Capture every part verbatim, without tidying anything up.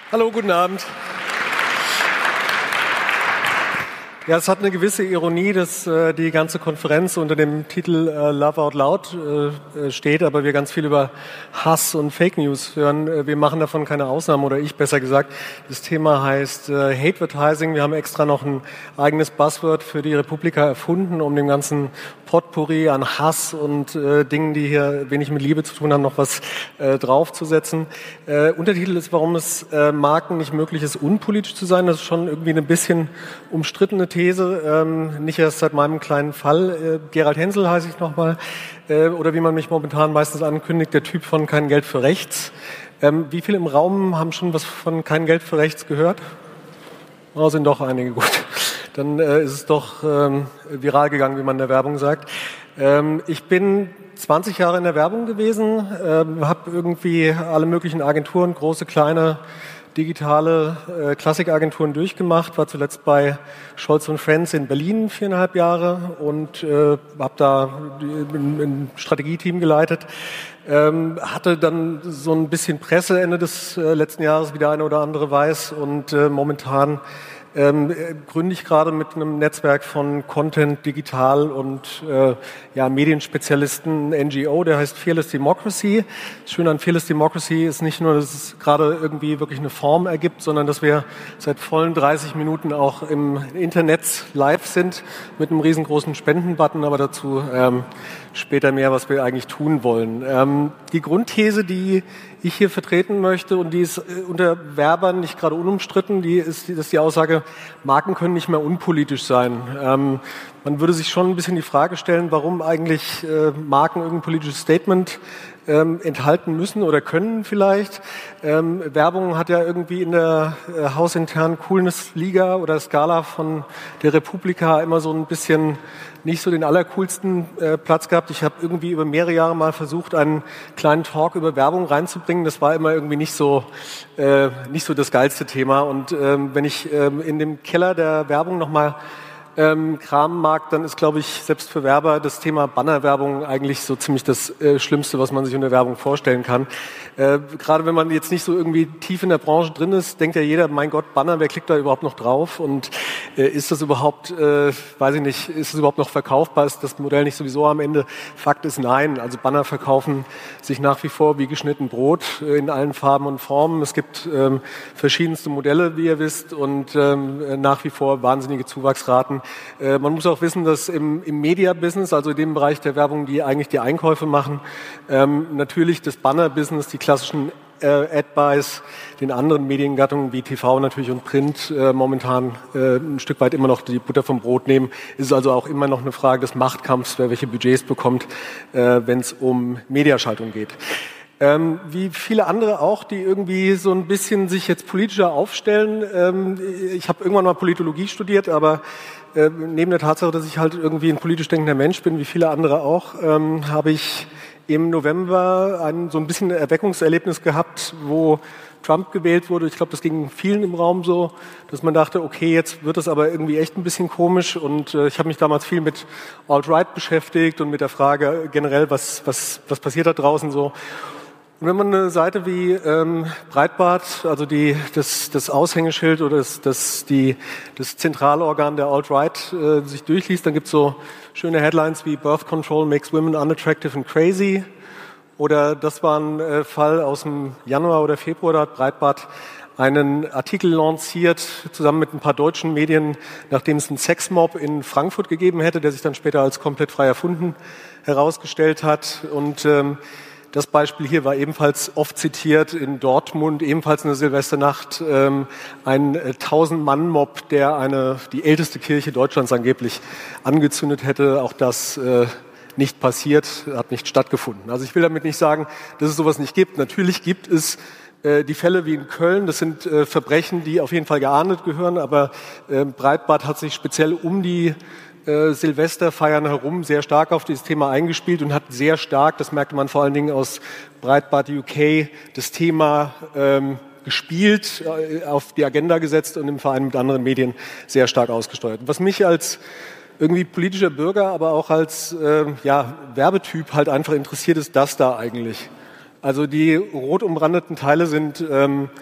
Hallo, guten Abend. Ja, es hat eine gewisse Ironie, dass äh, die ganze Konferenz unter dem Titel äh, Love Out Loud äh, steht, aber wir ganz viel über Hass und Fake News hören. Äh, wir machen davon keine Ausnahme, oder ich besser gesagt. Das Thema heißt äh, Hatevertising. Wir haben extra noch ein eigenes Buzzword für die Republika erfunden, um dem ganzen Potpourri an Hass und äh, Dingen, die hier wenig mit Liebe zu tun haben, noch was äh, draufzusetzen. Äh, Untertitel ist, warum es äh, Marken nicht möglich ist, unpolitisch zu sein. Das ist schon irgendwie eine bisschen umstrittene These, ähm, nicht erst seit meinem kleinen Fall. Äh, Gerald Hensel heiße ich nochmal, äh, oder wie man mich momentan meistens ankündigt, der Typ von Kein Geld für Rechts. Ähm, wie viele im Raum haben schon was von Kein Geld für Rechts gehört? Oh, sind doch einige, gut. Dann äh, ist es doch ähm, viral gegangen, wie man in der Werbung sagt. Ähm, ich bin zwanzig Jahre in der Werbung gewesen, ähm, habe irgendwie alle möglichen Agenturen, große, kleine, digitale äh, Klassikagenturen durchgemacht, war zuletzt bei Scholz und Friends in Berlin viereinhalb Jahre und äh, habe da ein, ein Strategieteam geleitet. Ähm, hatte dann so ein bisschen Presse Ende des äh, letzten Jahres, wie der eine oder andere weiß, und äh, momentan Ähm, gründe ich gerade mit einem Netzwerk von Content, Digital und äh, ja, Medienspezialisten ein N G O, der heißt Fearless Democracy. Das Schöne an Fearless Democracy ist nicht nur, dass es gerade irgendwie wirklich eine Form ergibt, sondern dass wir seit vollen dreißig Minuten auch im Internet live sind mit einem riesengroßen Spendenbutton, aber dazu ähm, später mehr, was wir eigentlich tun wollen. Ähm, die Grundthese, die ich hier vertreten möchte, und die ist unter Werbern nicht gerade unumstritten, die ist, das ist die Aussage, Marken können nicht mehr unpolitisch sein. Ähm, man würde sich schon ein bisschen die Frage stellen, warum eigentlich äh, Marken irgendein politisches Statement ähm, enthalten müssen oder können vielleicht. Ähm, Werbung hat ja irgendwie in der äh, hausinternen Coolness-Liga oder Skala von der Republika immer so ein bisschen nicht so den allercoolsten äh, Platz gehabt. Ich habe irgendwie über mehrere Jahre mal versucht, einen kleinen Talk über Werbung reinzubringen. Das war immer irgendwie nicht so äh, nicht so das geilste Thema. Und ähm, wenn ich ähm, in dem Keller der Werbung nochmal ähm, kramen mag, dann ist, glaube ich, selbst für Werber das Thema Bannerwerbung eigentlich so ziemlich das äh, Schlimmste, was man sich unter Werbung vorstellen kann. Äh, gerade wenn man jetzt nicht so irgendwie tief in der Branche drin ist, denkt ja jeder, mein Gott, Banner, wer klickt da überhaupt noch drauf? Und äh, ist das überhaupt, äh, weiß ich nicht, ist das überhaupt noch verkaufbar? Ist das Modell nicht sowieso am Ende? Fakt ist nein. Also Banner verkaufen sich nach wie vor wie geschnitten Brot äh, in allen Farben und Formen. Es gibt ähm, verschiedenste Modelle, wie ihr wisst, und ähm, nach wie vor wahnsinnige Zuwachsraten. Äh, man muss auch wissen, dass im, im Media-Business, also in dem Bereich der Werbung, die eigentlich die Einkäufe machen, ähm, natürlich das Banner-Business, die klassischen äh, Ad-Buys, den anderen Mediengattungen wie T V natürlich und Print äh, momentan äh, ein Stück weit immer noch die Butter vom Brot nehmen. Es ist also auch immer noch eine Frage des Machtkampfs, wer welche Budgets bekommt, äh, wenn es um Mediaschaltung geht. Ähm, wie viele andere auch, die irgendwie so ein bisschen sich jetzt politischer aufstellen. Ähm, ich habe irgendwann mal Politologie studiert, aber äh, neben der Tatsache, dass ich halt irgendwie ein politisch denkender Mensch bin, wie viele andere auch, ähm, habe ich im November ein, so ein bisschen ein Erweckungserlebnis gehabt, wo Trump gewählt wurde. Ich glaube, das ging vielen im Raum so, dass man dachte, okay, jetzt wird das aber irgendwie echt ein bisschen komisch. Und äh, ich habe mich damals viel mit Alt-Right beschäftigt und mit der Frage generell, was, was, was passiert da draußen so. Und wenn man eine Seite wie ähm, Breitbart, also die, das, das Aushängeschild oder das, das, die, das zentrale Organ der Alt-Right äh, sich durchliest, dann gibt es so schöne Headlines wie Birth Control makes women unattractive and crazy. Oder das war ein äh, Fall aus dem Januar oder Februar, da hat Breitbart einen Artikel lanciert, zusammen mit ein paar deutschen Medien, nachdem es einen Sexmob in Frankfurt gegeben hätte, der sich dann später als komplett frei erfunden herausgestellt hat. Und ähm, das Beispiel hier war ebenfalls oft zitiert in Dortmund, ebenfalls eine Silvesternacht, ähm, ein äh, Tausend-Mann-Mob, der eine, die älteste Kirche Deutschlands angeblich angezündet hätte. Auch das äh, nicht passiert, hat nicht stattgefunden. Also ich will damit nicht sagen, dass es sowas nicht gibt. Natürlich gibt es äh, die Fälle wie in Köln, das sind äh, Verbrechen, die auf jeden Fall geahndet gehören, aber äh, Breitbart hat sich speziell um die äh, Silvesterfeiern herum sehr stark auf dieses Thema eingespielt und hat sehr stark, das merkte man vor allen Dingen aus Breitbart U K, das Thema ähm, gespielt, äh, auf die Agenda gesetzt und im Verein mit anderen Medien sehr stark ausgesteuert. Was mich als irgendwie politischer Bürger, aber auch als äh, ja, Werbetyp halt einfach interessiert, ist das da eigentlich. Also die rot umrandeten Teile sind ähm,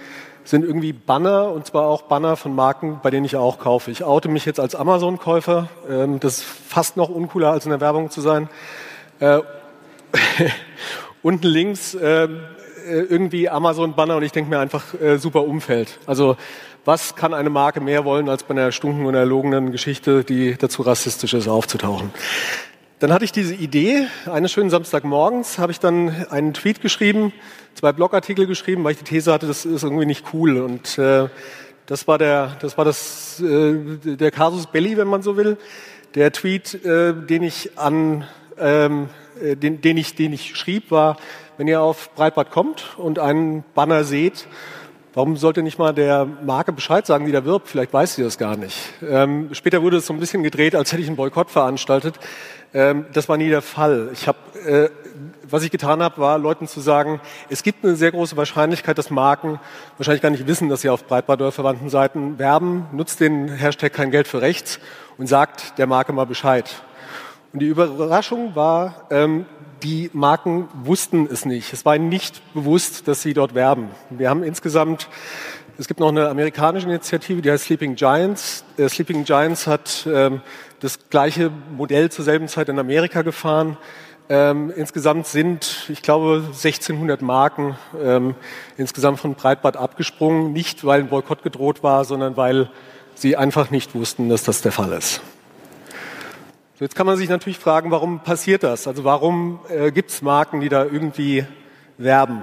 sind irgendwie Banner, und zwar auch Banner von Marken, bei denen ich auch kaufe. Ich oute mich jetzt als Amazon-Käufer. Ähm, das ist fast noch uncooler, als in der Werbung zu sein. Äh, unten links äh, irgendwie Amazon-Banner und ich denke mir einfach, äh, super Umfeld. Also was kann eine Marke mehr wollen, als bei einer stunken und erlogenen Geschichte, die dazu rassistisch ist, aufzutauchen? Dann hatte ich diese Idee, eines schönen Samstagmorgens habe ich dann einen Tweet geschrieben, zwei Blogartikel geschrieben, weil ich die These hatte, das ist irgendwie nicht cool. Und äh, das war der, das war das, äh, der Casus Belli, wenn man so will. Der Tweet, äh, den ich an, ähm, den, den ich, den ich schrieb, war: Wenn ihr auf Breitbart kommt und einen Banner seht, warum sollte nicht mal der Marke Bescheid sagen, die da wirbt? Vielleicht weiß sie das gar nicht. Ähm, später wurde es so ein bisschen gedreht, als hätte ich einen Boykott veranstaltet. Ähm, das war nie der Fall. Ich hab, äh, was ich getan habe, war, Leuten zu sagen, es gibt eine sehr große Wahrscheinlichkeit, dass Marken wahrscheinlich gar nicht wissen, dass sie auf Breitbart oder verwandten Seiten werben. Nutzt den Hashtag kein Geld für rechts und sagt der Marke mal Bescheid. Und die Überraschung war, ähm, die Marken wussten es nicht. Es war ihnen nicht bewusst, dass sie dort werben. Wir haben insgesamt, es gibt noch eine amerikanische Initiative, die heißt Sleeping Giants. Äh, Sleeping Giants hat ähm, das gleiche Modell zur selben Zeit in Amerika gefahren. Ähm, insgesamt sind, ich glaube, sechzehnhundert Marken ähm, insgesamt von Breitbart abgesprungen. Nicht, weil ein Boykott gedroht war, sondern weil sie einfach nicht wussten, dass das der Fall ist. So, jetzt kann man sich natürlich fragen, warum passiert das? Also warum äh, gibt es Marken, die da irgendwie werben?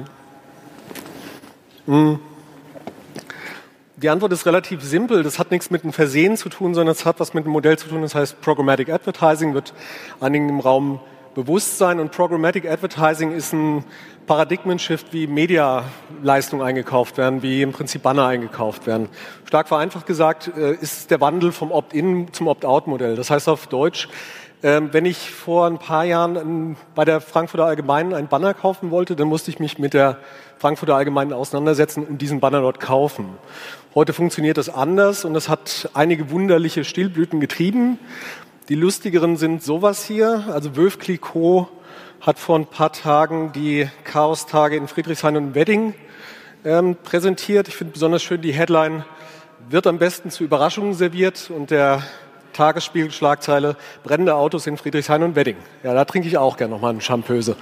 Hm. Die Antwort ist relativ simpel. Das hat nichts mit einem Versehen zu tun, sondern es hat was mit einem Modell zu tun. Das heißt, Programmatic Advertising wird einigen im Raum bewusst sein. Und Programmatic Advertising ist ein Paradigmen-Shift, wie Medialeistungen eingekauft werden, wie im Prinzip Banner eingekauft werden. Stark vereinfacht gesagt ist es der Wandel vom Opt-in zum Opt-out-Modell. Das heißt auf Deutsch, wenn ich vor ein paar Jahren bei der Frankfurter Allgemeinen einen Banner kaufen wollte, dann musste ich mich mit der Frankfurter Allgemeinen auseinandersetzen und diesen Banner dort kaufen. Heute funktioniert das anders und das hat einige wunderliche Stilblüten getrieben. Die lustigeren sind sowas hier. Also Veuve Clicquot hat vor ein paar Tagen die Chaos-Tage in Friedrichshain und Wedding ähm, präsentiert. Ich finde besonders schön die Headline: Wird am besten zu Überraschungen serviert, und der Tagesspiegel-Schlagzeile: brennende Autos in Friedrichshain und Wedding. Ja, da trinke ich auch gerne nochmal einen Champöse.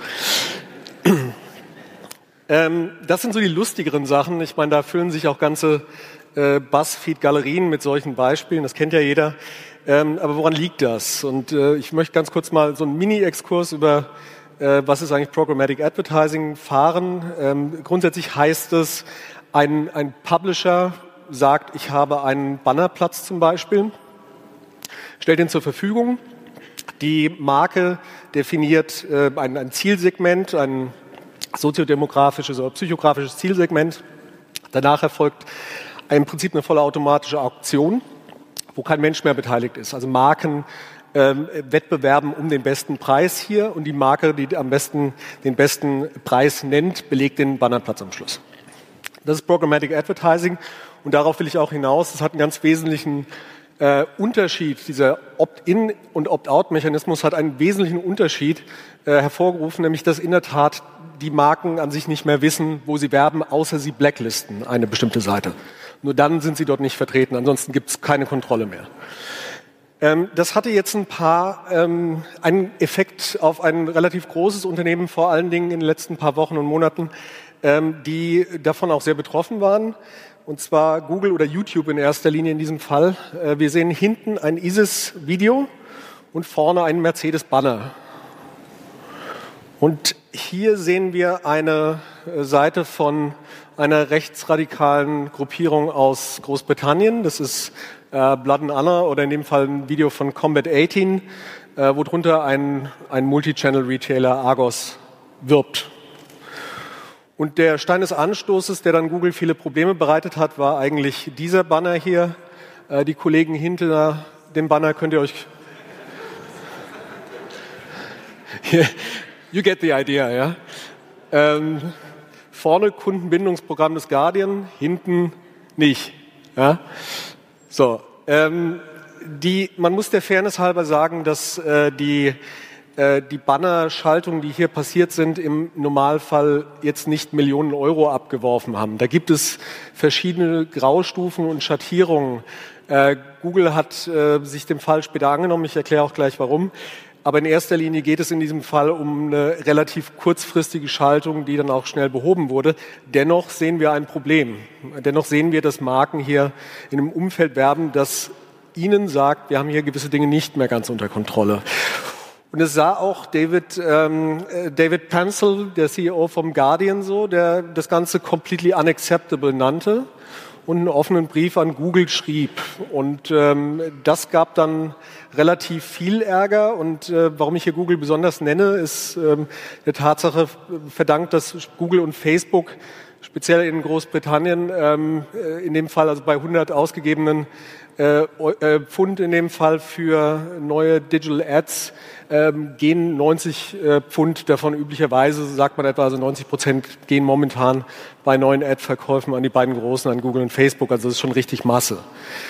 ähm, das sind so die lustigeren Sachen. Ich meine, da füllen sich auch ganze äh, Buzzfeed-Galerien mit solchen Beispielen. Das kennt ja jeder. Ähm, aber woran liegt das? Und äh, ich möchte ganz kurz mal so einen Mini-Exkurs über äh, was ist eigentlich Programmatic Advertising fahren. Ähm, grundsätzlich heißt es, ein, ein Publisher sagt, ich habe einen Bannerplatz zum Beispiel, stellt ihn zur Verfügung. Die Marke definiert äh, ein, ein Zielsegment, ein soziodemografisches oder psychografisches Zielsegment. Danach erfolgt im Prinzip eine vollautomatische Auktion, wo kein Mensch mehr beteiligt ist. Also Marken ähm, wettbewerben um den besten Preis hier, und die Marke, die am besten den besten Preis nennt, belegt den Bannerplatz am Schluss. Das ist Programmatic Advertising, und darauf will ich auch hinaus. Das hat einen ganz wesentlichen äh, Unterschied. Dieser Opt-in- und Opt-out-Mechanismus hat einen wesentlichen Unterschied äh, hervorgerufen, nämlich dass in der Tat die Marken an sich nicht mehr wissen, wo sie werben, außer sie blacklisten eine bestimmte Seite. Nur dann sind sie dort nicht vertreten, ansonsten gibt es keine Kontrolle mehr. Ähm, das hatte jetzt ein paar, ähm, einen Effekt auf ein relativ großes Unternehmen, vor allen Dingen in den letzten paar Wochen und Monaten, ähm, die davon auch sehr betroffen waren. Und zwar Google oder YouTube in erster Linie in diesem Fall. Äh, wir sehen hinten ein ISIS-Video und vorne einen Mercedes-Banner. Und hier sehen wir eine Seite von einer rechtsradikalen Gruppierung aus Großbritannien. Das ist äh, Blood and Honor, oder in dem Fall ein Video von Combat achtzehn, äh, wo drunter ein, ein Multichannel-Retailer Argos wirbt. Und der Stein des Anstoßes, der dann Google viele Probleme bereitet hat, war eigentlich dieser Banner hier. Äh, die Kollegen hinter dem Banner könnt ihr euch... You get the idea, ja. Ähm, vorne Kundenbindungsprogramm des Guardian, hinten nicht. Ja? So, ähm, die, man muss der Fairness halber sagen, dass äh, die äh, die Bannerschaltungen, die hier passiert sind, im Normalfall jetzt nicht Millionen Euro abgeworfen haben. Da gibt es verschiedene Graustufen und Schattierungen. Äh, Google hat äh, sich dem Fall später angenommen, ich erkläre auch gleich warum. Aber in erster Linie geht es in diesem Fall um eine relativ kurzfristige Schaltung, die dann auch schnell behoben wurde. Dennoch sehen wir ein Problem. Dennoch sehen wir, dass Marken hier in einem Umfeld werben, das ihnen sagt, wir haben hier gewisse Dinge nicht mehr ganz unter Kontrolle. Und es sah auch David, ähm, David Pencil, der C E O vom Guardian, so, der das Ganze completely unacceptable nannte und einen offenen Brief an Google schrieb. Und ähm, das gab dann relativ viel Ärger. Und äh, warum ich hier Google besonders nenne, ist ähm, der Tatsache verdankt, dass Google und Facebook speziell in Großbritannien ähm, in dem Fall, also bei hundert ausgegebenen äh, äh, Pfund in dem Fall für neue Digital Ads, ähm, gehen neunzig äh, Pfund davon üblicherweise, sagt man etwa, also neunzig Prozent gehen momentan bei neuen Ad-Verkäufen an die beiden Großen, an Google und Facebook. Also das ist schon richtig Masse.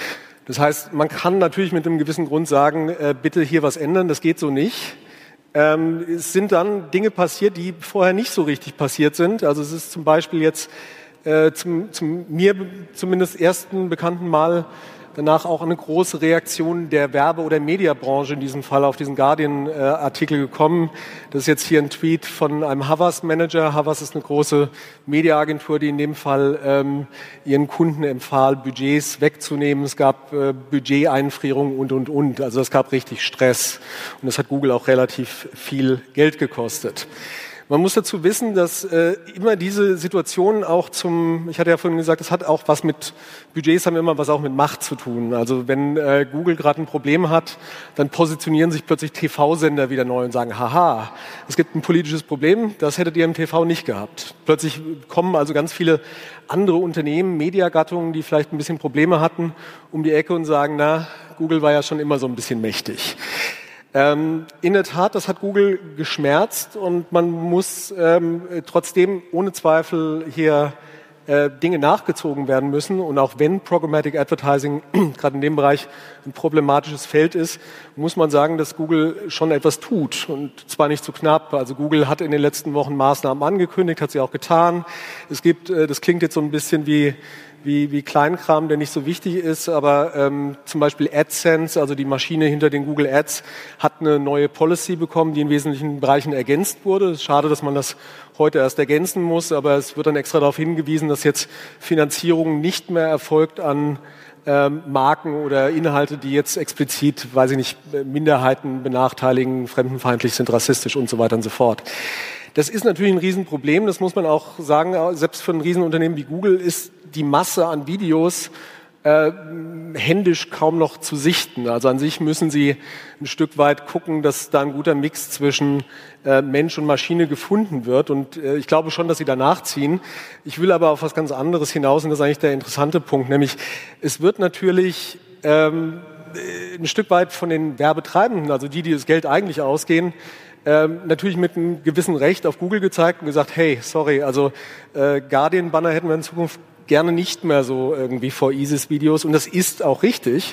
Das heißt, man kann natürlich mit einem gewissen Grund sagen, äh, bitte hier was ändern, das geht so nicht. Ähm, es sind dann Dinge passiert, die vorher nicht so richtig passiert sind. Also es ist zum Beispiel jetzt äh, zum, zum mir zumindest ersten bekannten Mal danach auch eine große Reaktion der Werbe- oder Mediabranche in diesem Fall auf diesen Guardian-Artikel gekommen. Das ist jetzt hier ein Tweet von einem Havas-Manager. Havas ist eine große Mediaagentur, die in dem Fall ähm, ihren Kunden empfahl, Budgets wegzunehmen. Es gab äh, Budgeteinfrierungen und, und, und. Also es gab richtig Stress. Und das hat Google auch relativ viel Geld gekostet. Man muss dazu wissen, dass äh, immer diese Situationen auch zum, ich hatte ja vorhin gesagt, es hat auch was mit, Budgets haben immer was auch mit Macht zu tun. Also wenn äh, Google gerade ein Problem hat, dann positionieren sich plötzlich T V-Sender wieder neu und sagen, haha, es gibt ein politisches Problem, das hättet ihr im T V nicht gehabt. Plötzlich kommen also ganz viele andere Unternehmen, Mediagattungen, die vielleicht ein bisschen Probleme hatten, um die Ecke und sagen, na, Google war ja schon immer so ein bisschen mächtig. Ähm, in der Tat, das hat Google geschmerzt und man muss ähm, trotzdem ohne Zweifel hier äh, Dinge nachgezogen werden müssen. Und auch wenn Programmatic Advertising gerade in dem Bereich ein problematisches Feld ist, muss man sagen, dass Google schon etwas tut und zwar nicht zu knapp. Also Google hat in den letzten Wochen Maßnahmen angekündigt, hat sie auch getan. Es gibt, äh, das klingt jetzt so ein bisschen wie Wie, wie Kleinkram, der nicht so wichtig ist, aber ähm, zum Beispiel AdSense, also die Maschine hinter den Google Ads, hat eine neue Policy bekommen, die in wesentlichen Bereichen ergänzt wurde. Es ist schade, dass man das heute erst ergänzen muss, aber es wird dann extra darauf hingewiesen, dass jetzt Finanzierung nicht mehr erfolgt an ähm, Marken oder Inhalte, die jetzt explizit, weiß ich nicht, Minderheiten benachteiligen, fremdenfeindlich sind, rassistisch und so weiter und so fort. Das ist natürlich ein Riesenproblem, das muss man auch sagen, selbst für ein Riesenunternehmen wie Google ist die Masse an Videos äh, händisch kaum noch zu sichten. Also an sich müssen Sie ein Stück weit gucken, dass da ein guter Mix zwischen äh, Mensch und Maschine gefunden wird. Und äh, ich glaube schon, dass Sie da nachziehen. Ich will aber auf was ganz anderes hinaus, und das ist eigentlich der interessante Punkt, nämlich es wird natürlich ähm, ein Stück weit von den Werbetreibenden, also die, die das Geld eigentlich ausgehen, Ähm, natürlich mit einem gewissen Recht auf Google gezeigt und gesagt, hey, sorry, also äh, Guardian-Banner hätten wir in Zukunft gerne nicht mehr so irgendwie vor ISIS-Videos und das ist auch richtig.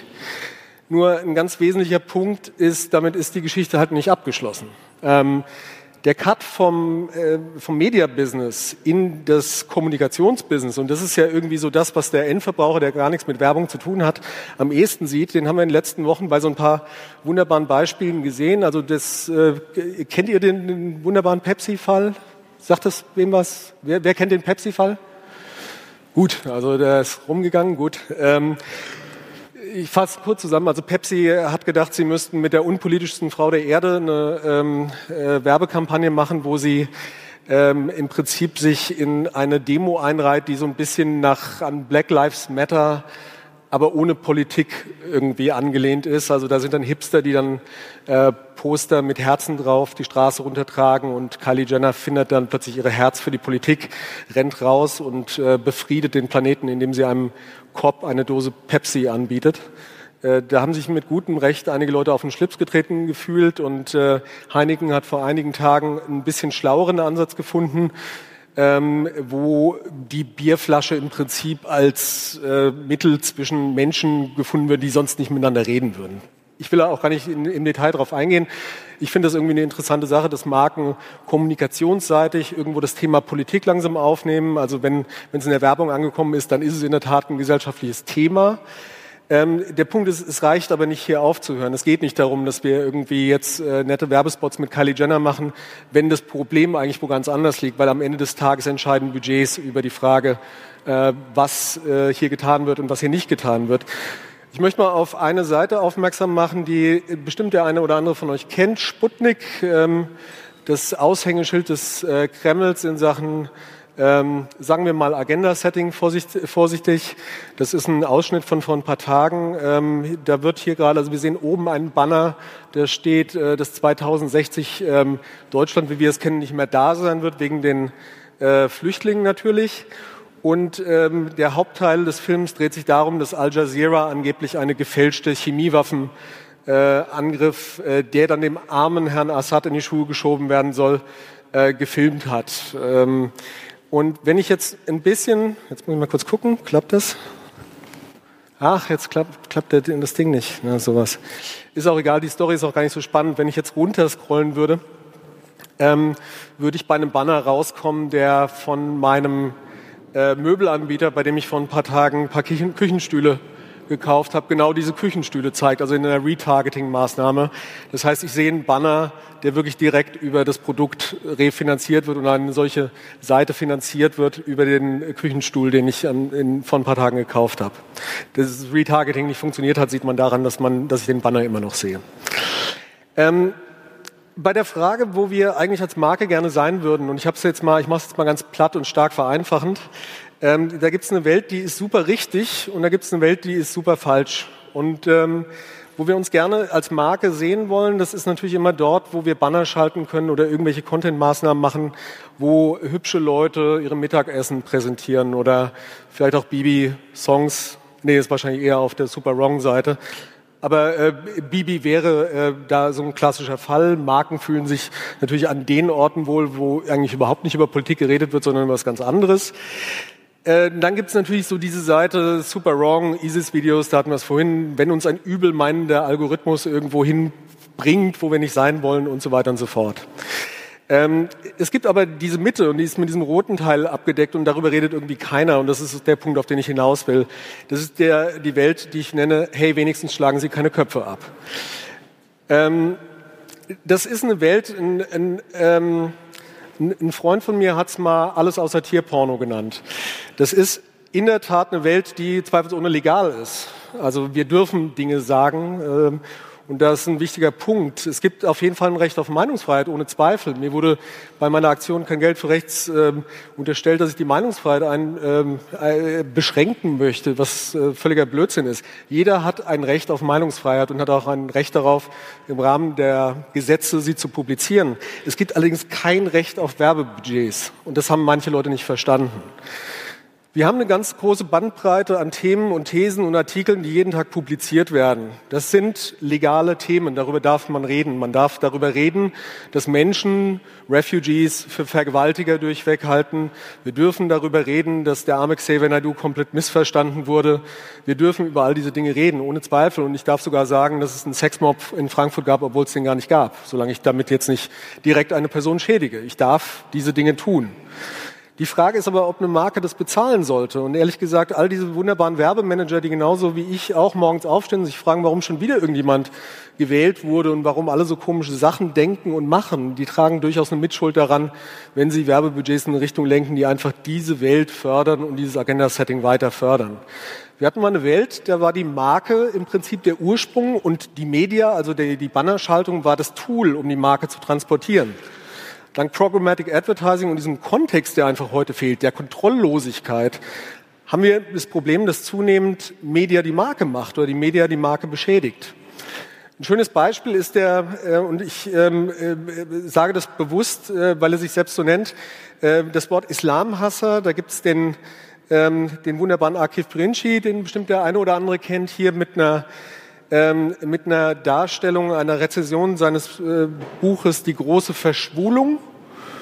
Nur ein ganz wesentlicher Punkt ist, damit ist die Geschichte halt nicht abgeschlossen. Ähm, der Cut vom, äh, vom Media-Business in das Kommunikationsbusiness, und das ist ja irgendwie so das, was der Endverbraucher, der gar nichts mit Werbung zu tun hat, am ehesten sieht, den haben wir in den letzten Wochen bei so ein paar wunderbaren Beispielen gesehen. Also das, äh, kennt ihr den, den wunderbaren Pepsi-Fall? Sagt das wem was? Wer, wer kennt den Pepsi-Fall? Gut, also der ist rumgegangen, gut. Ähm, Ich fasse kurz zusammen. Also Pepsi hat gedacht, sie müssten mit der unpolitischsten Frau der Erde eine ähm, äh, Werbekampagne machen, wo sie ähm, im Prinzip sich in eine Demo einreiht, die so ein bisschen nach an Black Lives Matter, aber ohne Politik irgendwie angelehnt ist. Also da sind dann Hipster, die dann äh, Poster mit Herzen drauf die Straße runtertragen und Kylie Jenner findet dann plötzlich ihre Herz für die Politik, rennt raus und äh, befriedet den Planeten, indem sie einem Cop eine Dose Pepsi anbietet. Äh, da haben sich mit gutem Recht einige Leute auf den Schlips getreten gefühlt und äh, Heineken hat vor einigen Tagen ein bisschen schlaueren Ansatz gefunden, ähm, wo die Bierflasche im Prinzip als äh, Mittel zwischen Menschen gefunden wird, die sonst nicht miteinander reden würden. ich will auch gar nicht in, im Detail darauf eingehen. Ich finde das irgendwie eine interessante Sache, dass Marken kommunikationsseitig irgendwo das Thema Politik langsam aufnehmen. Also wenn wenn es in der Werbung angekommen ist, dann ist es in der Tat ein gesellschaftliches Thema. Ähm, der Punkt ist, es reicht aber nicht, hier aufzuhören. Es geht nicht darum, dass wir irgendwie jetzt äh, nette Werbespots mit Kylie Jenner machen, wenn das Problem eigentlich wo ganz anders liegt, weil am Ende des Tages entscheiden Budgets über die Frage, äh, was äh, hier getan wird und was hier nicht getan wird. Ich möchte mal auf eine Seite aufmerksam machen, die bestimmt der eine oder andere von euch kennt, Sputnik, ähm, das Aushängeschild des äh, Kremls in Sachen Ähm, sagen wir mal Agenda-Setting vorsicht, vorsichtig. Das ist ein Ausschnitt von vor ein paar Tagen. Ähm, da wird hier gerade, also wir sehen oben einen Banner, da steht, äh, dass zweitausendsechzig ähm, Deutschland, wie wir es kennen, nicht mehr da sein wird, wegen den äh, Flüchtlingen natürlich. Und ähm, der Hauptteil des Films dreht sich darum, dass Al Jazeera angeblich eine gefälschte Chemiewaffen äh, Angriff, äh, der dann dem armen Herrn Assad in die Schuhe geschoben werden soll, äh, gefilmt hat. Ähm, Und wenn ich jetzt ein bisschen, jetzt muss ich mal kurz gucken, klappt das? Ach, jetzt klappt, klappt das Ding nicht. Na, sowas. Ist auch egal, die Story ist auch gar nicht so spannend. Wenn ich jetzt runterscrollen würde, ähm, würde ich bei einem Banner rauskommen, der von meinem äh, Möbelanbieter, bei dem ich vor ein paar Tagen ein paar Küchen, Küchenstühle gekauft habe, genau diese Küchenstühle zeigt, also in einer Retargeting-Maßnahme. Das heißt, ich sehe einen Banner, der wirklich direkt über das Produkt refinanziert wird und eine solche Seite finanziert wird über den Küchenstuhl, den ich an, in, vor ein paar Tagen gekauft habe. Das Retargeting nicht funktioniert hat, sieht man daran, dass, man, dass ich den Banner immer noch sehe. Ähm, bei der Frage, wo wir eigentlich als Marke gerne sein würden, und ich habe es jetzt mal, ich mache es jetzt mal ganz platt und stark vereinfachend, Ähm, da gibt es eine Welt, die ist super richtig und da gibt es eine Welt, die ist super falsch. Und ähm, wo wir uns gerne als Marke sehen wollen, das ist natürlich immer dort, wo wir Banner schalten können oder irgendwelche Content-Maßnahmen machen, wo hübsche Leute ihre Mittagessen präsentieren oder vielleicht auch Bibi-Songs. Nee, ist wahrscheinlich eher auf der super wrong Seite. Aber äh, Bibi wäre äh, da so ein klassischer Fall. Marken fühlen sich natürlich an den Orten wohl, wo eigentlich überhaupt nicht über Politik geredet wird, sondern über was ganz anderes. Äh, dann gibt es natürlich so diese Seite, super wrong, ISIS-Videos, da hatten wir es vorhin, wenn uns ein übel meinender Algorithmus irgendwo hinbringt, wo wir nicht sein wollen und so weiter und so fort. Ähm, es gibt aber diese Mitte und die ist mit diesem roten Teil abgedeckt und darüber redet irgendwie keiner und das ist der Punkt, auf den ich hinaus will. Das ist der, die Welt, die ich nenne, hey, wenigstens schlagen Sie keine Köpfe ab. Ähm, das ist eine Welt, in, in, ähm, ein Freund von mir hat es mal alles außer Tierporno genannt. Das ist in der Tat eine Welt, die zweifelsohne legal ist. Also wir dürfen Dinge sagen ähm, und das ist ein wichtiger Punkt. Es gibt auf jeden Fall ein Recht auf Meinungsfreiheit, ohne Zweifel. Mir wurde bei meiner Aktion Kein Geld für Rechts ähm, unterstellt, dass ich die Meinungsfreiheit ein, ähm, äh, beschränken möchte, was äh, völliger Blödsinn ist. Jeder hat ein Recht auf Meinungsfreiheit und hat auch ein Recht darauf, im Rahmen der Gesetze sie zu publizieren. Es gibt allerdings kein Recht auf Werbebudgets und das haben manche Leute nicht verstanden. Wir haben eine ganz große Bandbreite an Themen und Thesen und Artikeln, die jeden Tag publiziert werden. Das sind legale Themen, darüber darf man reden. Man darf darüber reden, dass Menschen Refugees für Vergewaltiger durchweg halten. Wir dürfen darüber reden, dass der arme Xavier Naidoo komplett missverstanden wurde. Wir dürfen über all diese Dinge reden, ohne Zweifel. Und ich darf sogar sagen, dass es einen Sexmob in Frankfurt gab, obwohl es den gar nicht gab, solange ich damit jetzt nicht direkt eine Person schädige. Ich darf diese Dinge tun. Die Frage ist aber, ob eine Marke das bezahlen sollte. Und ehrlich gesagt, all diese wunderbaren Werbemanager, die genauso wie ich auch morgens aufstehen und sich fragen, warum schon wieder irgendjemand gewählt wurde und warum alle so komische Sachen denken und machen, die tragen durchaus eine Mitschuld daran, wenn sie Werbebudgets in eine Richtung lenken, die einfach diese Welt fördern und dieses Agenda-Setting weiter fördern. Wir hatten mal eine Welt, da war die Marke im Prinzip der Ursprung und die Media, also die, die Bannerschaltung, war das Tool, um die Marke zu transportieren. Dank Programmatic Advertising und diesem Kontext, der einfach heute fehlt, der Kontrolllosigkeit, haben wir das Problem, dass zunehmend Media die Marke macht oder die Media die Marke beschädigt. Ein schönes Beispiel ist der, äh, und ich ähm, äh, sage das bewusst, äh, weil er sich selbst so nennt, äh, das Wort Islamhasser. Da gibt es den, ähm, den wunderbaren Akif Pirinci, den bestimmt der eine oder andere kennt, hier mit einer Ähm, mit einer Darstellung, einer Rezension seines äh, Buches Die große Verschwulung.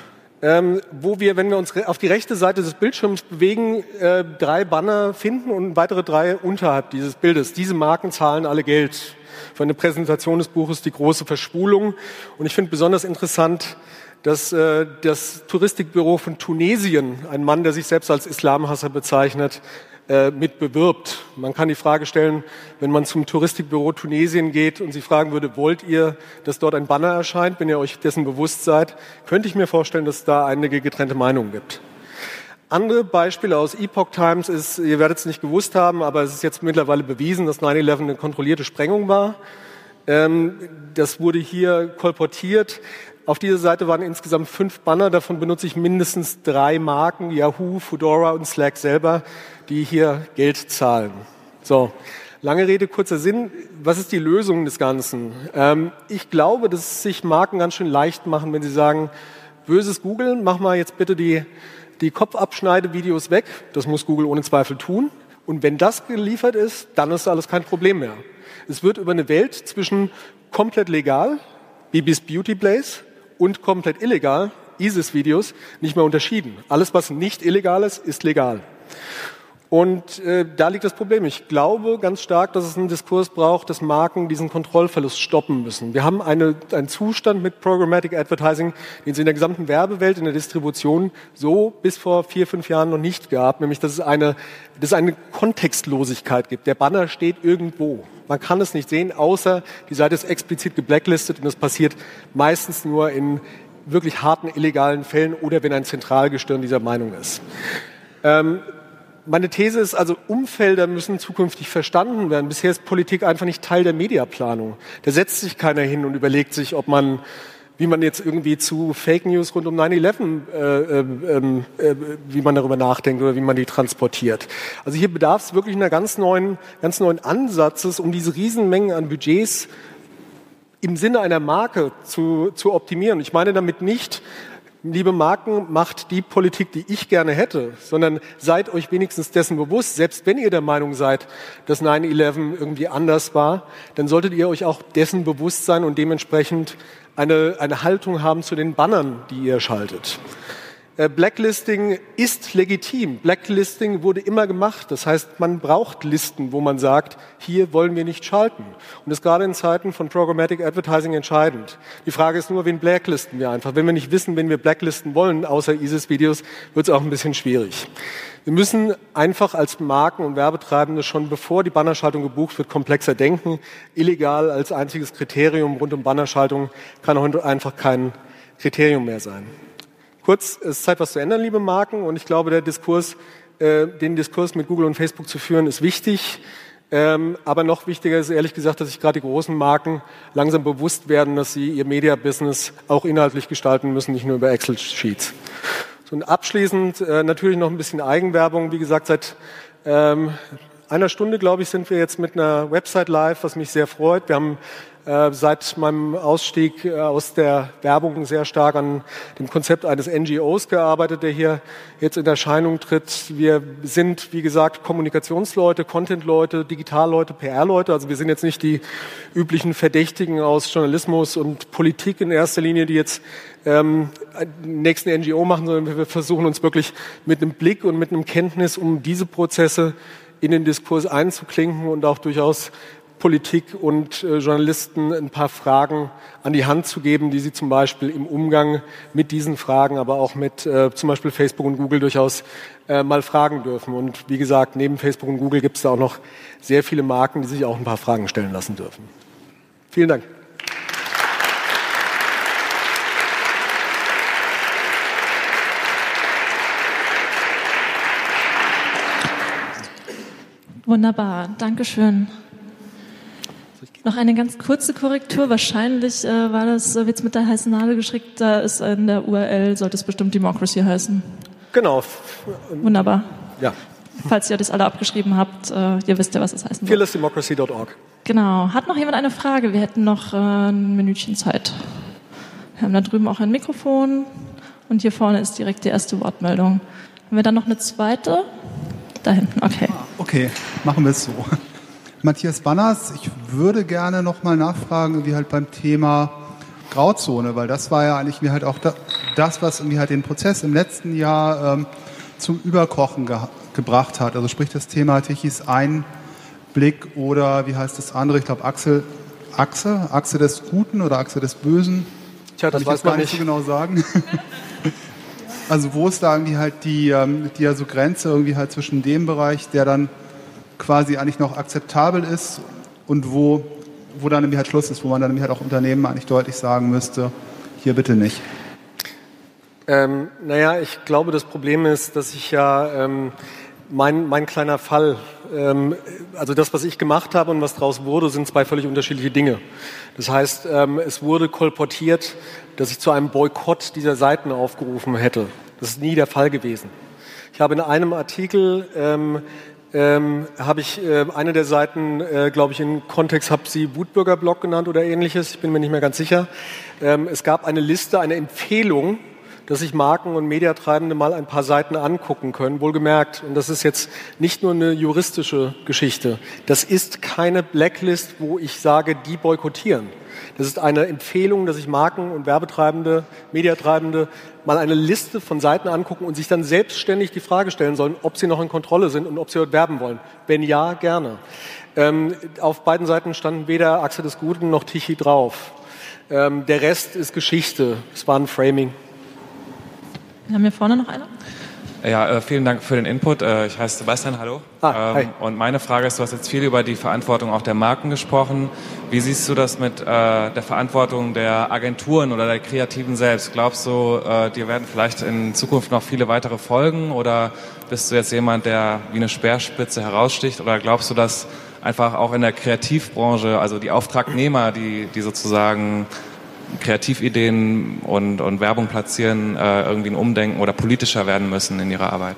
ähm, wo wir, wenn wir uns auf die rechte Seite des Bildschirms bewegen, äh, drei Banner finden und weitere drei unterhalb dieses Bildes. Diese Marken zahlen alle Geld. Für eine Präsentation des Buches Die große Verschwulung. Und ich finde besonders interessant, dass äh, das Touristikbüro von Tunesien, ein Mann, der sich selbst als Islamhasser bezeichnet, äh, mit bewirbt. Man kann die Frage stellen, wenn man zum Touristikbüro Tunesien geht und Sie fragen würde, wollt ihr, dass dort ein Banner erscheint, wenn ihr euch dessen bewusst seid, könnte ich mir vorstellen, dass es da einige getrennte Meinungen gibt. Andere Beispiele aus Epoch Times ist, ihr werdet es nicht gewusst haben, aber es ist jetzt mittlerweile bewiesen, dass neun elf eine kontrollierte Sprengung war. Ähm, das wurde hier kolportiert. Auf dieser Seite waren insgesamt fünf Banner, davon benutze ich mindestens drei Marken, Yahoo, Fedora und Slack selber, die hier Geld zahlen. So, lange Rede, kurzer Sinn. Was ist die Lösung des Ganzen? Ähm, ich glaube, dass sich Marken ganz schön leicht machen, wenn sie sagen, böses Google, mach mal jetzt bitte die die Kopfabschneidevideos weg. Das muss Google ohne Zweifel tun. Und wenn das geliefert ist, dann ist alles kein Problem mehr. Es wird über eine Welt zwischen komplett legal, Bibis Beauty Blaze, und komplett illegal, ISIS-Videos, nicht mehr unterschieden. Alles, was nicht illegal ist, ist legal. Und äh, da liegt das Problem. Ich glaube ganz stark, dass es einen Diskurs braucht, dass Marken diesen Kontrollverlust stoppen müssen. Wir haben eine, einen Zustand mit Programmatic Advertising, den es in der gesamten Werbewelt, in der Distribution so bis vor vier, fünf Jahren noch nicht gab, nämlich dass es eine, dass es eine Kontextlosigkeit gibt. Der Banner steht irgendwo. Man kann es nicht sehen, außer die Seite ist explizit geblacklistet und das passiert meistens nur in wirklich harten illegalen Fällen oder wenn ein Zentralgestirn dieser Meinung ist. Ähm, Meine These ist also, Umfelder müssen zukünftig verstanden werden. Bisher ist Politik einfach nicht Teil der Mediaplanung. Da setzt sich keiner hin und überlegt sich, ob man, wie man jetzt irgendwie zu Fake News rund um neun elf, äh, äh, äh, wie man darüber nachdenkt oder wie man die transportiert. Also hier bedarf es wirklich einer ganz neuen, ganz neuen Ansatzes, um diese Riesenmengen an Budgets im Sinne einer Marke zu, zu optimieren. Ich meine damit nicht, liebe Marken, macht die Politik, die ich gerne hätte, sondern seid euch wenigstens dessen bewusst, selbst wenn ihr der Meinung seid, dass neun elf irgendwie anders war, dann solltet ihr euch auch dessen bewusst sein und dementsprechend eine, eine Haltung haben zu den Bannern, die ihr schaltet. Blacklisting ist legitim. Blacklisting wurde immer gemacht. Das heißt, man braucht Listen, wo man sagt, hier wollen wir nicht schalten. Und das ist gerade in Zeiten von Programmatic Advertising entscheidend. Die Frage ist nur, wen blacklisten wir einfach? Wenn wir nicht wissen, wen wir blacklisten wollen, außer ISIS-Videos, wird es auch ein bisschen schwierig. Wir müssen einfach als Marken und Werbetreibende schon, bevor die Bannerschaltung gebucht wird, komplexer denken. Illegal als einziges Kriterium rund um Bannerschaltung kann heute einfach kein Kriterium mehr sein. Kurz, es ist Zeit, was zu ändern, liebe Marken. Und ich glaube, der Diskurs, äh, den Diskurs mit Google und Facebook zu führen, ist wichtig. Ähm, aber noch wichtiger ist ehrlich gesagt, dass sich gerade die großen Marken langsam bewusst werden, dass sie ihr Media-Business auch inhaltlich gestalten müssen, nicht nur über Excel-Sheets. So, und abschließend äh, natürlich noch ein bisschen Eigenwerbung. Wie gesagt, seit ähm, einer Stunde, glaube ich, sind wir jetzt mit einer Website live, was mich sehr freut. Wir haben Äh, seit meinem Ausstieg äh, aus der Werbung sehr stark an dem Konzept eines N G Os gearbeitet, der hier jetzt in Erscheinung tritt. Wir sind, wie gesagt, Kommunikationsleute, Contentleute, Digitalleute, P R-Leute. Also wir sind jetzt nicht die üblichen Verdächtigen aus Journalismus und Politik in erster Linie, die jetzt ähm, den nächsten N G O machen, sondern wir versuchen uns wirklich mit einem Blick und mit einem Kenntnis um diese Prozesse in den Diskurs einzuklinken und auch durchaus Politik und äh, Journalisten ein paar Fragen an die Hand zu geben, die sie zum Beispiel im Umgang mit diesen Fragen, aber auch mit äh, zum Beispiel Facebook und Google durchaus äh, mal fragen dürfen. Und wie gesagt, neben Facebook und Google gibt es da auch noch sehr viele Marken, die sich auch ein paar Fragen stellen lassen dürfen. Vielen Dank. Wunderbar, Dankeschön. Noch eine ganz kurze Korrektur. Wahrscheinlich äh, war das äh, jetzt mit der heißen Nadel geschickt. Da ist in der U R L, sollte es bestimmt Democracy heißen. Genau. Wunderbar. Ja. Falls ihr das alle abgeschrieben habt, äh, ihr wisst ja, was das heißen wird. fearless democracy dot org. Genau. Hat noch jemand eine Frage? Wir hätten noch äh, ein Minütchen Zeit. Wir haben da drüben auch ein Mikrofon und hier vorne ist direkt die erste Wortmeldung. Haben wir dann noch eine zweite? Da hinten, okay. Okay, machen wir es so. Matthias Banners, ich würde gerne noch mal nachfragen, wie halt beim Thema Grauzone, weil das war ja eigentlich mir halt auch da, das, was irgendwie halt den Prozess im letzten Jahr ähm, zum Überkochen ge- gebracht hat. Also sprich das Thema Tichys Einblick oder wie heißt das andere? Ich glaube Achse, Achse, Achse des Guten oder Achse des Bösen. Tja, das Kann ich weiß jetzt gar man nicht so nicht. genau sagen. Also wo ist da irgendwie halt die, ähm, die also Grenze irgendwie halt zwischen dem Bereich, der dann quasi eigentlich noch akzeptabel ist und wo, wo dann nämlich halt Schluss ist, wo man dann nämlich halt auch Unternehmen eigentlich deutlich sagen müsste, hier bitte nicht. Ähm, naja, ich glaube, das Problem ist, dass ich ja ähm, mein, mein kleiner Fall, ähm, also das, was ich gemacht habe und was daraus wurde, sind zwei völlig unterschiedliche Dinge. Das heißt, ähm, es wurde kolportiert, dass ich zu einem Boykott dieser Seiten aufgerufen hätte. Das ist nie der Fall gewesen. Ich habe in einem Artikel ähm, ähm, habe ich äh, eine der Seiten, äh, glaube ich, im Kontext habe sie Wutbürger-Blog genannt oder ähnliches. Ich bin mir nicht mehr ganz sicher. Ähm, es gab eine Liste, eine Empfehlung, dass sich Marken und Mediatreibende mal ein paar Seiten angucken können, wohlgemerkt. Und das ist jetzt nicht nur eine juristische Geschichte. Das ist keine Blacklist, wo ich sage, die boykottieren. Das ist eine Empfehlung, dass sich Marken und Werbetreibende, Mediatreibende mal eine Liste von Seiten angucken und sich dann selbstständig die Frage stellen sollen, ob sie noch in Kontrolle sind und ob sie dort werben wollen. Wenn ja, gerne. Ähm, auf beiden Seiten standen weder Achse des Guten noch Tichy drauf. Ähm, der Rest ist Geschichte. Es war ein Framing. Wir haben hier vorne noch eine. Ja, äh, vielen Dank für den Input. Äh, ich heiße Sebastian, hallo. Ah, ähm, und meine Frage ist, du hast jetzt viel über die Verantwortung auch der Marken gesprochen. Wie siehst du das mit äh, der Verantwortung der Agenturen oder der Kreativen selbst? Glaubst du, äh, dir werden vielleicht in Zukunft noch viele weitere folgen oder bist du jetzt jemand, der wie eine Speerspitze heraussticht? Oder glaubst du, dass einfach auch in der Kreativbranche, also die Auftragnehmer, die, die sozusagen Kreativideen und, und Werbung platzieren, äh, irgendwie ein Umdenken oder politischer werden müssen in ihrer Arbeit?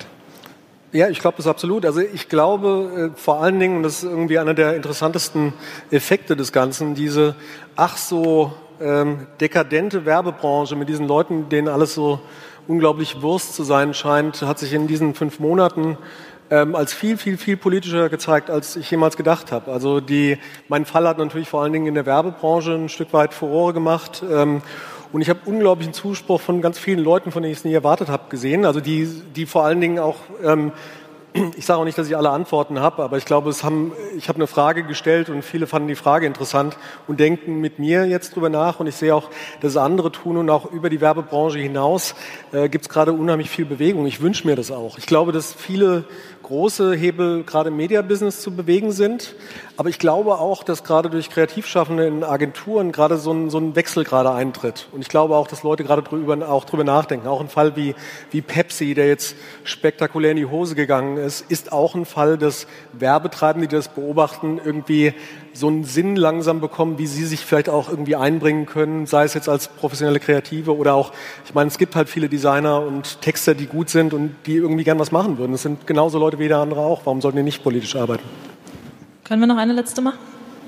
Ja, ich glaube das absolut. Also ich glaube äh, vor allen Dingen, und das ist irgendwie einer der interessantesten Effekte des Ganzen, diese ach so ähm, dekadente Werbebranche mit diesen Leuten, denen alles so unglaublich Wurst zu sein scheint, hat sich in diesen fünf Monaten ähm, als viel, viel, viel politischer gezeigt, als ich jemals gedacht habe. Also die, mein Fall hat natürlich vor allen Dingen in der Werbebranche ein Stück weit Furore gemacht. Ähm, und ich habe unglaublichen Zuspruch von ganz vielen Leuten, von denen ich es nie erwartet habe, gesehen. Also die, die vor allen Dingen auch, ähm, ich sage auch nicht, dass ich alle Antworten habe, aber ich glaube, es haben, ich habe eine Frage gestellt und viele fanden die Frage interessant und denken mit mir jetzt drüber nach. Und ich sehe auch, dass es andere tun und auch über die Werbebranche hinaus äh, gibt es gerade unheimlich viel Bewegung. Ich wünsche mir das auch. Ich glaube, dass viele große Hebel gerade im Media-Business zu bewegen sind. Aber ich glaube auch, dass gerade durch Kreativschaffende in Agenturen gerade so ein, so ein Wechsel gerade eintritt. Und ich glaube auch, dass Leute gerade drüber, auch drüber nachdenken. Auch ein Fall wie, wie Pepsi, der jetzt spektakulär in die Hose gegangen ist, ist auch ein Fall, dass Werbetreibende, die das beobachten, irgendwie so einen Sinn langsam bekommen, wie sie sich vielleicht auch irgendwie einbringen können, sei es jetzt als professionelle Kreative oder auch, ich meine, es gibt halt viele Designer und Texter, die gut sind und die irgendwie gern was machen würden. Das sind genauso Leute wie jeder andere auch. Warum sollten die nicht politisch arbeiten? Können wir noch eine letzte machen?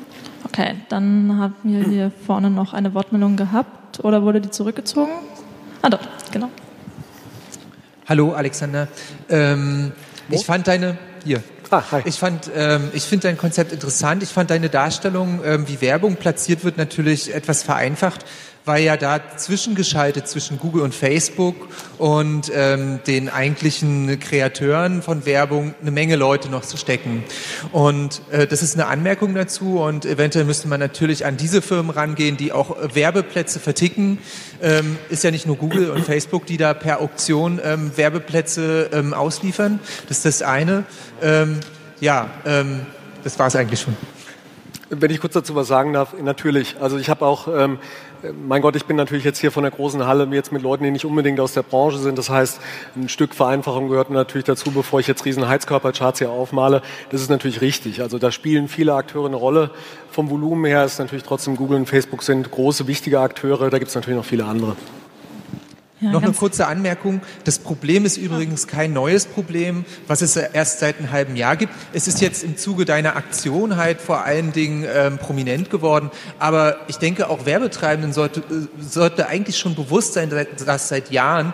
Okay, dann haben wir hier vorne noch eine Wortmeldung gehabt oder wurde die zurückgezogen? Ah doch, genau. Hallo Alexander. Ähm, ich fand deine hier. Ah, hi. Ich fand, ähm, ich finde dein Konzept interessant. Ich fand deine Darstellung, ähm, wie Werbung platziert wird, natürlich etwas vereinfacht, weil ja da zwischengeschaltet zwischen Google und Facebook und ähm, den eigentlichen Kreateuren von Werbung eine Menge Leute noch zu stecken. Und äh, das ist eine Anmerkung dazu und eventuell müsste man natürlich an diese Firmen rangehen, die auch äh, Werbeplätze verticken. Ähm, ist ja nicht nur Google und Facebook, die da per Auktion ähm, Werbeplätze ähm, ausliefern. Das ist das eine. Ähm, ja, ähm, das war es eigentlich schon. Wenn ich kurz dazu was sagen darf, natürlich. Also ich habe auch, ähm, mein Gott, ich bin natürlich jetzt hier von der großen Halle jetzt mit Leuten, die nicht unbedingt aus der Branche sind. Das heißt, ein Stück Vereinfachung gehört natürlich dazu, bevor ich jetzt riesen Heizkörpercharts hier aufmale. Das ist natürlich richtig. Also da spielen viele Akteure eine Rolle. Vom Volumen her ist natürlich trotzdem Google und Facebook sind große, wichtige Akteure. Da gibt es natürlich noch viele andere. Ja, Noch eine kurze Anmerkung. Das Problem ist übrigens kein neues Problem, was es erst seit einem halben Jahr gibt. Es ist jetzt im Zuge deiner Aktion halt vor allen Dingen ähm, prominent geworden. Aber ich denke, auch Werbetreibenden sollte, äh, sollte eigentlich schon bewusst sein, dass seit Jahren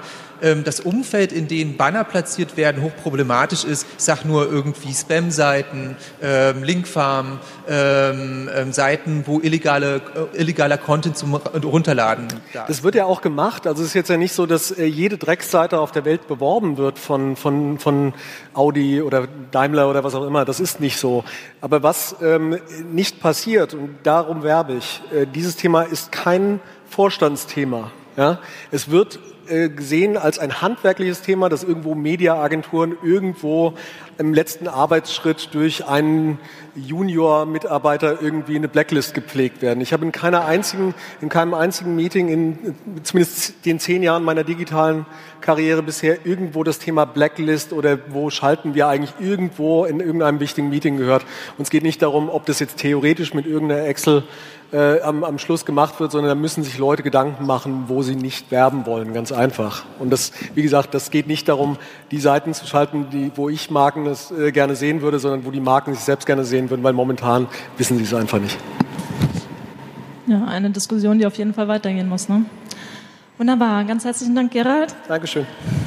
ähm, das Umfeld, in dem Banner platziert werden, hochproblematisch ist. Ich sage nur irgendwie Spam-Seiten, ähm, Linkfarm, ähm, ähm, Seiten, wo illegale, äh, illegaler Content zum Runterladen da ist. Das wird ja auch gemacht. Also es ist jetzt ja nicht so, dass äh, jede Drecksseite auf der Welt beworben wird von, von, von Audi oder Daimler oder was auch immer. Das ist nicht so. Aber was ähm, nicht passiert, und darum werbe ich, äh, dieses Thema ist kein Vorstandsthema. Ja? Es wird äh, gesehen als ein handwerkliches Thema, dass irgendwo Mediaagenturen irgendwo im letzten Arbeitsschritt durch einen Junior-Mitarbeiter irgendwie eine Blacklist gepflegt werden. Ich habe in keiner einzigen, in keinem einzigen Meeting in zumindest den zehn Jahren meiner digitalen Karriere bisher irgendwo das Thema Blacklist oder wo schalten wir eigentlich irgendwo in irgendeinem wichtigen Meeting gehört. Und es geht nicht darum, ob das jetzt theoretisch mit irgendeiner Excel äh, am, am Schluss gemacht wird, sondern da müssen sich Leute Gedanken machen, wo sie nicht werben wollen, ganz einfach. Und das, wie gesagt, das geht nicht darum, die Seiten zu schalten, die, wo ich Marken das äh, gerne sehen würde, sondern wo die Marken sich selbst gerne sehen würden, weil momentan wissen sie es einfach nicht. Ja, eine Diskussion, die auf jeden Fall weitergehen muss, ne? Wunderbar, ganz herzlichen Dank, Gerald. Dankeschön.